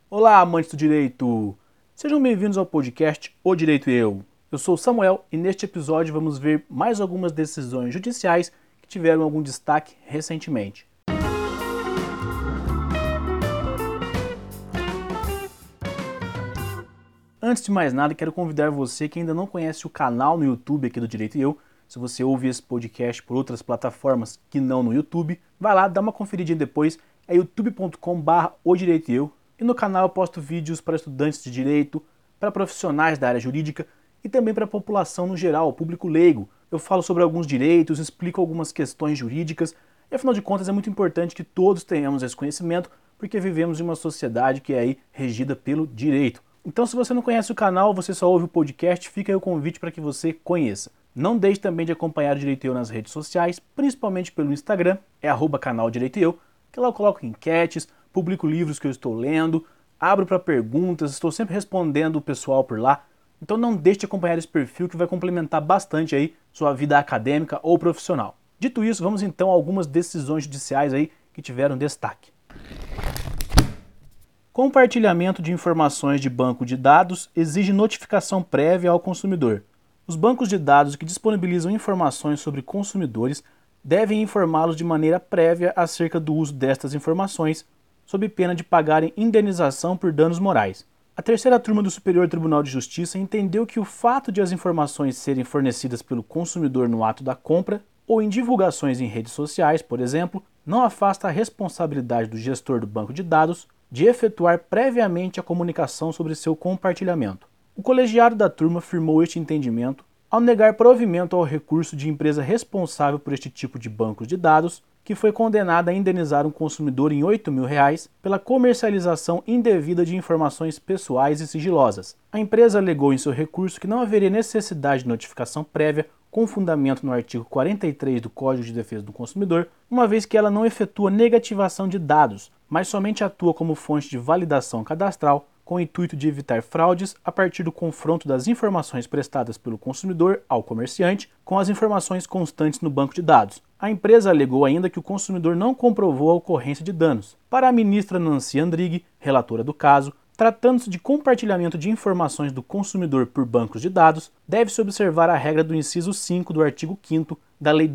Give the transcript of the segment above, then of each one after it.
Olá, amantes do direito! Sejam bem-vindos ao podcast O Direito e Eu. Eu sou o Samuel e neste episódio vamos ver mais algumas decisões judiciais que tiveram algum destaque recentemente. Antes de mais nada, quero convidar você que ainda não conhece o canal no YouTube aqui do Direito e Eu. Se você ouve esse podcast por outras plataformas que não no YouTube, vai lá, dá uma conferidinha depois, é youtube.com/odireitoeu. E no canal eu posto vídeos para estudantes de direito, para profissionais da área jurídica e também para a população no geral, o público leigo. Eu falo sobre alguns direitos, explico algumas questões jurídicas e afinal de contas é muito importante que todos tenhamos esse conhecimento porque vivemos em uma sociedade que é aí regida pelo direito. Então, se você não conhece o canal, você só ouve o podcast, fica aí o convite para que você conheça. Não deixe também de acompanhar o Direito e Eu nas redes sociais, principalmente pelo Instagram, é @canal Direito e Eu, que lá eu coloco enquetes, publico livros que eu estou lendo, abro para perguntas, estou sempre respondendo o pessoal por lá. Então não deixe de acompanhar esse perfil que vai complementar bastante aí sua vida acadêmica ou profissional. Dito isso, vamos então a algumas decisões judiciais aí que tiveram destaque. Compartilhamento de informações de banco de dados exige notificação prévia ao consumidor. Os bancos de dados que disponibilizam informações sobre consumidores devem informá-los de maneira prévia acerca do uso destas informações, sob pena de pagarem indenização por danos morais. A terceira turma do Superior Tribunal de Justiça entendeu que o fato de as informações serem fornecidas pelo consumidor no ato da compra ou em divulgações em redes sociais, por exemplo, não afasta a responsabilidade do gestor do banco de dados de efetuar previamente a comunicação sobre seu compartilhamento. O colegiado da turma firmou este entendimento ao negar provimento ao recurso de empresa responsável por este tipo de bancos de dados, que foi condenada a indenizar um consumidor em R$ 8.000 pela comercialização indevida de informações pessoais e sigilosas. A empresa alegou em seu recurso que não haveria necessidade de notificação prévia com fundamento no artigo 43 do Código de Defesa do Consumidor, uma vez que ela não efetua negativação de dados, mas somente atua como fonte de validação cadastral, com o intuito de evitar fraudes a partir do confronto das informações prestadas pelo consumidor ao comerciante com as informações constantes no banco de dados. A empresa alegou ainda que o consumidor não comprovou a ocorrência de danos. Para a ministra Nancy Andrighi, relatora do caso, tratando-se de compartilhamento de informações do consumidor por bancos de dados, deve-se observar a regra do inciso 5 do artigo 5º da Lei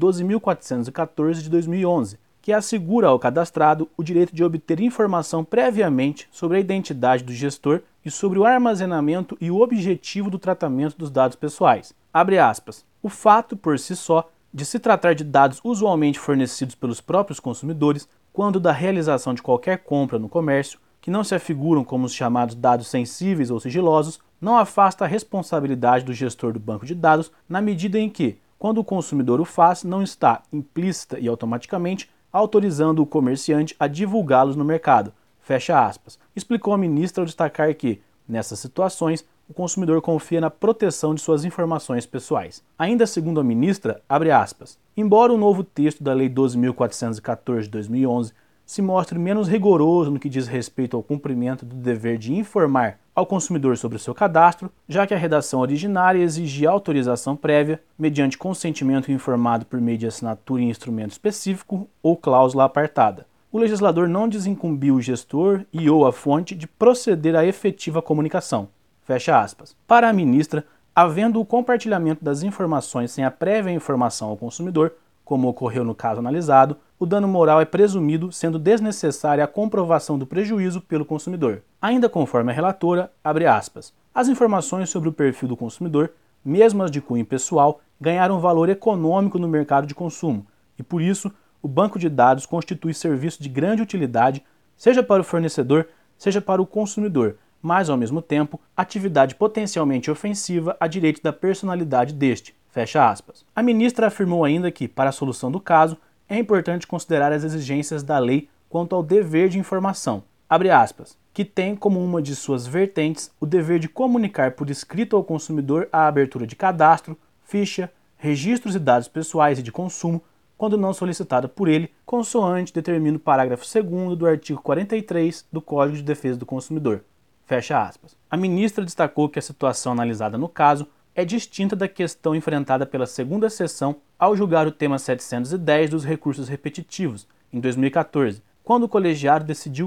12.414 de 2011, que assegura ao cadastrado o direito de obter informação previamente sobre a identidade do gestor e sobre o armazenamento e o objetivo do tratamento dos dados pessoais. Abre aspas. O fato, por si só, de se tratar de dados usualmente fornecidos pelos próprios consumidores, quando da realização de qualquer compra no comércio, que não se afiguram como os chamados dados sensíveis ou sigilosos, não afasta a responsabilidade do gestor do banco de dados na medida em que, quando o consumidor o faz, não está implícita e automaticamente autorizando o comerciante a divulgá-los no mercado. Fecha aspas. Explicou a ministra ao destacar que, nessas situações, o consumidor confia na proteção de suas informações pessoais. Ainda segundo a ministra, abre aspas, embora o novo texto da Lei 12.414 de 2011 se mostre menos rigoroso no que diz respeito ao cumprimento do dever de informar ao consumidor sobre o seu cadastro, já que a redação originária exigia autorização prévia, mediante consentimento informado por meio de assinatura em instrumento específico ou cláusula apartada. O legislador não desincumbiu o gestor e ou a fonte de proceder à efetiva comunicação. Fecha aspas. Para a ministra, havendo o compartilhamento das informações sem a prévia informação ao consumidor, como ocorreu no caso analisado, o dano moral é presumido, sendo desnecessária a comprovação do prejuízo pelo consumidor. Ainda conforme a relatora, abre aspas, as informações sobre o perfil do consumidor, mesmo as de cunho pessoal, ganharam valor econômico no mercado de consumo e, por isso, o banco de dados constitui serviço de grande utilidade, seja para o fornecedor, seja para o consumidor, mas, ao mesmo tempo, atividade potencialmente ofensiva a direitos da personalidade deste. Fecha aspas. A ministra afirmou ainda que, para a solução do caso, é importante considerar as exigências da lei quanto ao dever de informação, abre aspas, que tem como uma de suas vertentes o dever de comunicar por escrito ao consumidor a abertura de cadastro, ficha, registros e dados pessoais e de consumo, quando não solicitada por ele, consoante determina o parágrafo 2º do artigo 43 do Código de Defesa do Consumidor. Fecha aspas. A ministra destacou que a situação analisada no caso é distinta da questão enfrentada pela segunda seção ao julgar o tema 710 dos recursos repetitivos, em 2014, quando o colegiado decidiu que,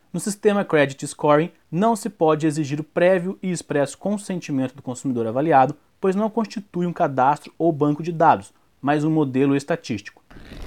No sistema Credit Scoring, não se pode exigir o prévio e expresso consentimento do consumidor avaliado, pois não constitui um cadastro ou banco de dados, mas um modelo estatístico.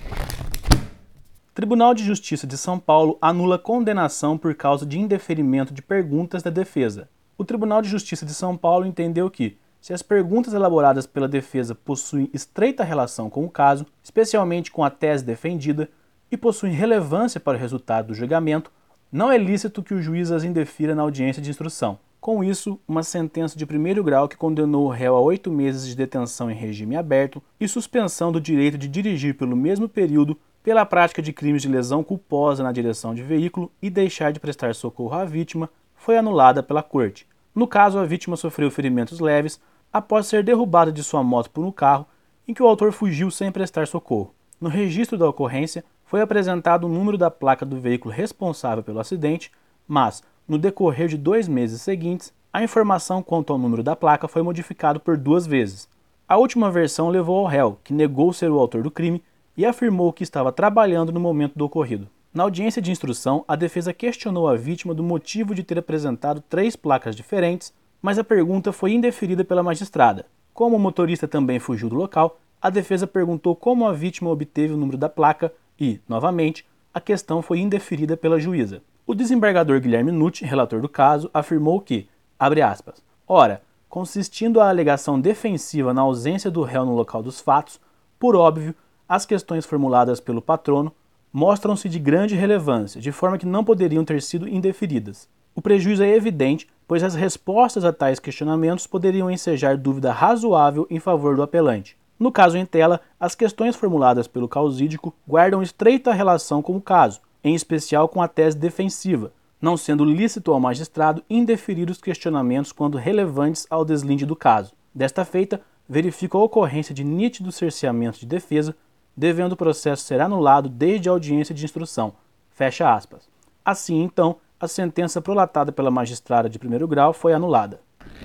Tribunal de Justiça de São Paulo anula condenação por causa de indeferimento de perguntas da defesa. O Tribunal de Justiça de São Paulo entendeu que, se as perguntas elaboradas pela defesa possuem estreita relação com o caso, especialmente com a tese defendida, e possuem relevância para o resultado do julgamento, não é lícito que o juiz as indefira na audiência de instrução. Com isso, uma sentença de primeiro grau que condenou o réu a 8 meses de detenção em regime aberto e suspensão do direito de dirigir pelo mesmo período pela prática de crimes de lesão culposa na direção de veículo e deixar de prestar socorro à vítima, foi anulada pela Corte. No caso, a vítima sofreu ferimentos leves após ser derrubada de sua moto por um carro em que o autor fugiu sem prestar socorro. No registro da ocorrência, foi apresentado o número da placa do veículo responsável pelo acidente, mas, no decorrer de 2 meses seguintes, a informação quanto ao número da placa foi modificada por 2 vezes. A última versão levou ao réu, que negou ser o autor do crime, e afirmou que estava trabalhando no momento do ocorrido. Na audiência de instrução, a defesa questionou a vítima do motivo de ter apresentado 3 placas diferentes, mas a pergunta foi indeferida pela magistrada. Como o motorista também fugiu do local, a defesa perguntou como a vítima obteve o número da placa e, novamente, a questão foi indeferida pela juíza. O desembargador Guilherme Nutti, relator do caso, afirmou que, abre aspas, ora, consistindo a alegação defensiva na ausência do réu no local dos fatos, por óbvio, as questões formuladas pelo patrono mostram-se de grande relevância, de forma que não poderiam ter sido indeferidas. O prejuízo é evidente, pois as respostas a tais questionamentos poderiam ensejar dúvida razoável em favor do apelante. No caso em tela, as questões formuladas pelo causídico guardam estreita relação com o caso, em especial com a tese defensiva, não sendo lícito ao magistrado indeferir os questionamentos quando relevantes ao deslinde do caso. Desta feita, verifica a ocorrência de nítido cerceamento de defesa, devendo o processo ser anulado desde a audiência de instrução. Fecha aspas. Assim, então, a sentença prolatada pela magistrada de primeiro grau foi anulada.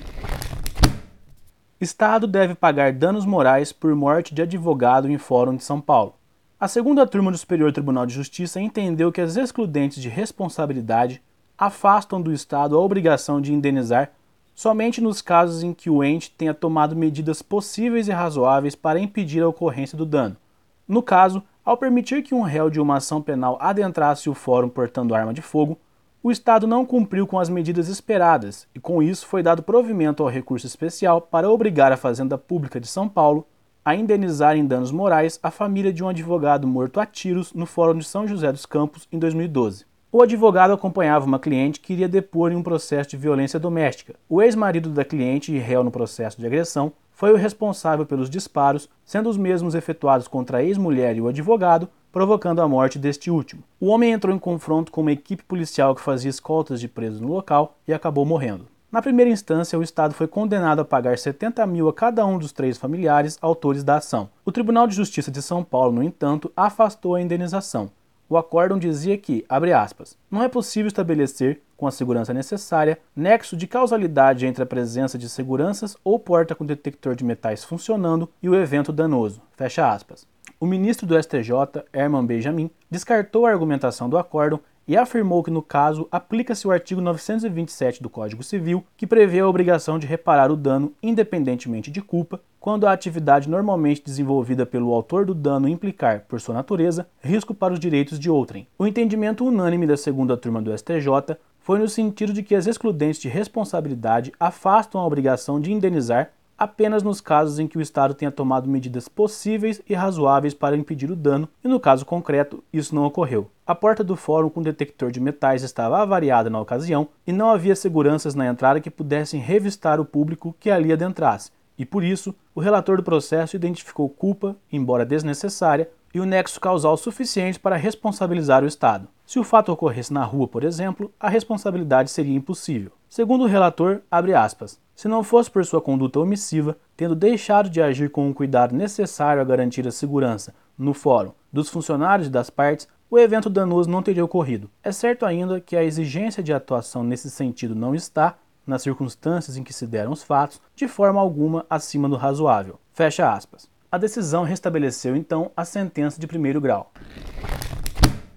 Estado deve pagar danos morais por morte de advogado em Fórum de São Paulo. A segunda turma do Superior Tribunal de Justiça entendeu que as excludentes de responsabilidade afastam do Estado a obrigação de indenizar somente nos casos em que o ente tenha tomado medidas possíveis e razoáveis para impedir a ocorrência do dano. No caso, ao permitir que um réu de uma ação penal adentrasse o fórum portando arma de fogo, o Estado não cumpriu com as medidas esperadas e, com isso, foi dado provimento ao recurso especial para obrigar a Fazenda Pública de São Paulo a indenizar em danos morais a família de um advogado morto a tiros no Fórum de São José dos Campos em 2012. O advogado acompanhava uma cliente que iria depor em um processo de violência doméstica. O ex-marido da cliente e réu no processo de agressão foi o responsável pelos disparos, sendo os mesmos efetuados contra a ex-mulher e o advogado, provocando a morte deste último. O homem entrou em confronto com uma equipe policial que fazia escoltas de presos no local e acabou morrendo. Na primeira instância, o Estado foi condenado a pagar 70 mil a cada um dos 3 familiares autores da ação. O Tribunal de Justiça de São Paulo, no entanto, afastou a indenização. O acórdão dizia que, abre aspas, não é possível estabelecer, com a segurança necessária, nexo de causalidade entre a presença de seguranças ou porta com detector de metais funcionando e o evento danoso, fecha aspas. O ministro do STJ, Herman Benjamin, descartou a argumentação do acórdão e afirmou que, no caso, aplica-se o artigo 927 do Código Civil, que prevê a obrigação de reparar o dano independentemente de culpa, quando a atividade normalmente desenvolvida pelo autor do dano implicar, por sua natureza, risco para os direitos de outrem. O entendimento unânime da segunda turma do STJ foi no sentido de que as excludentes de responsabilidade afastam a obrigação de indenizar apenas nos casos em que o Estado tenha tomado medidas possíveis e razoáveis para impedir o dano, e no caso concreto, isso não ocorreu. A porta do fórum com detector de metais estava avariada na ocasião e não havia seguranças na entrada que pudessem revistar o público que ali adentrasse, e por isso, o relator do processo identificou culpa, embora desnecessária, e o nexo causal suficiente para responsabilizar o Estado. Se o fato ocorresse na rua, por exemplo, a responsabilidade seria impossível. Segundo o relator, abre aspas, se não fosse por sua conduta omissiva, tendo deixado de agir com o cuidado necessário a garantir a segurança, no fórum, dos funcionários e das partes, o evento danoso não teria ocorrido. É certo ainda que a exigência de atuação nesse sentido não está, nas circunstâncias em que se deram os fatos, de forma alguma acima do razoável. Fecha aspas. A decisão restabeleceu então a sentença de primeiro grau.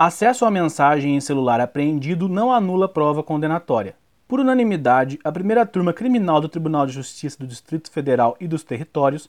Acesso à mensagem em celular apreendido não anula prova condenatória. Por unanimidade, a primeira turma criminal do Tribunal de Justiça do Distrito Federal e dos Territórios,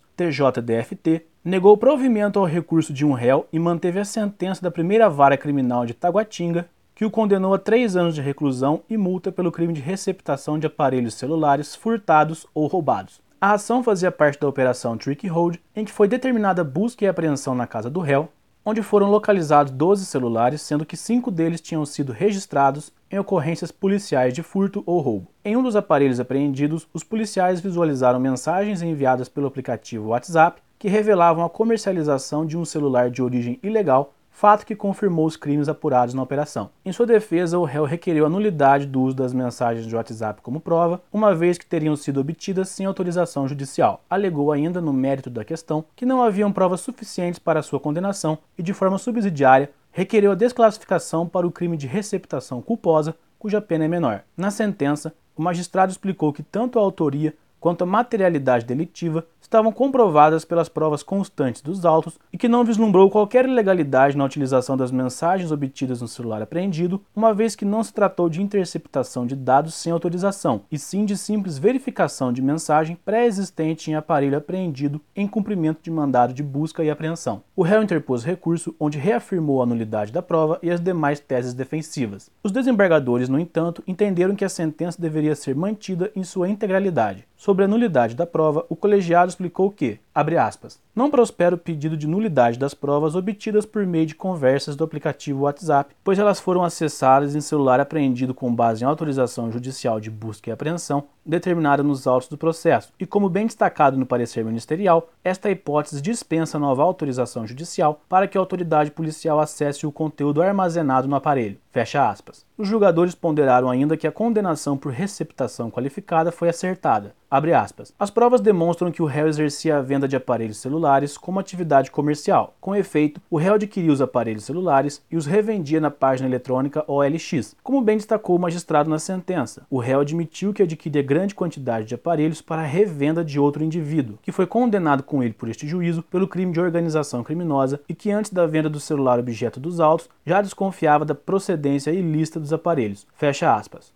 TJDFT, negou provimento ao recurso de um réu e manteve a sentença da primeira vara criminal de Taguatinga, que o condenou a 3 anos de reclusão e multa pelo crime de receptação de aparelhos celulares furtados ou roubados. A ação fazia parte da Operação Trick Hold, em que foi determinada busca e apreensão na casa do réu, onde foram localizados 12 celulares, sendo que 5 deles tinham sido registrados em ocorrências policiais de furto ou roubo. Em um dos aparelhos apreendidos, os policiais visualizaram mensagens enviadas pelo aplicativo WhatsApp que revelavam a comercialização de um celular de origem ilegal, fato que confirmou os crimes apurados na operação. Em sua defesa, o réu requereu a nulidade do uso das mensagens de WhatsApp como prova, uma vez que teriam sido obtidas sem autorização judicial. Alegou ainda, no mérito da questão, que não haviam provas suficientes para sua condenação e, de forma subsidiária, requereu a desclassificação para o crime de receptação culposa, cuja pena é menor. Na sentença, o magistrado explicou que tanto a autoria quanto a materialidade delictiva estavam comprovadas pelas provas constantes dos autos e que não vislumbrou qualquer ilegalidade na utilização das mensagens obtidas no celular apreendido, uma vez que não se tratou de interceptação de dados sem autorização, e sim de simples verificação de mensagem pré-existente em aparelho apreendido em cumprimento de mandado de busca e apreensão. O réu interpôs recurso, onde reafirmou a nulidade da prova e as demais teses defensivas. Os desembargadores, no entanto, entenderam que a sentença deveria ser mantida em sua integralidade. Sobre a nulidade da prova, o colegiado explicou que, abre aspas, não prospera o pedido de nulidade das provas obtidas por meio de conversas do aplicativo WhatsApp, pois elas foram acessadas em celular apreendido com base em autorização judicial de busca e apreensão determinada nos autos do processo, e como bem destacado no parecer ministerial, esta hipótese dispensa nova autorização judicial para que a autoridade policial acesse o conteúdo armazenado no aparelho. Fecha aspas. Os julgadores ponderaram ainda que a condenação por receptação qualificada foi acertada. Abre aspas. As provas demonstram que o réu exercia a venda de aparelhos celulares como atividade comercial. Com efeito, o réu adquiria os aparelhos celulares e os revendia na página eletrônica OLX. Como bem destacou o magistrado na sentença, o réu admitiu que adquiria grande quantidade de aparelhos para revenda de outro indivíduo, que foi condenado com ele por este juízo pelo crime de organização criminosa e que antes da venda do celular objeto dos autos já desconfiava da procedência ilícita dos aparelhos. Fecha aspas.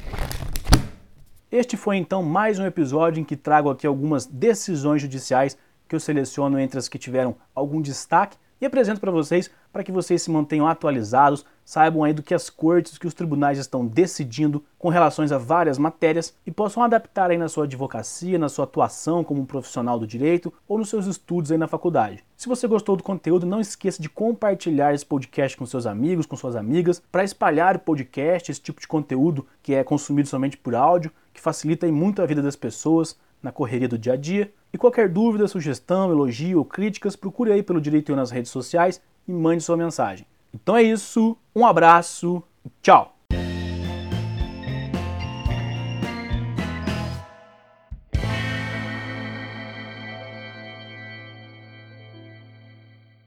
Este foi então mais um episódio em que trago aqui algumas decisões judiciais que eu seleciono entre as que tiveram algum destaque e apresento para vocês que vocês se mantenham atualizados, saibam aí do que as cortes, que os tribunais estão decidindo com relações a várias matérias e possam adaptar aí na sua advocacia, na sua atuação como um profissional do direito ou nos seus estudos aí na faculdade. Se você gostou do conteúdo, não esqueça de compartilhar esse podcast com seus amigos, com suas amigas, para espalhar o podcast, esse tipo de conteúdo que é consumido somente por áudio, que facilita aí muito a vida das pessoas na correria do dia a dia. E qualquer dúvida, sugestão, elogio ou críticas, procure aí pelo Direito Eu nas redes sociais e mande sua mensagem. Então é isso, um abraço e tchau!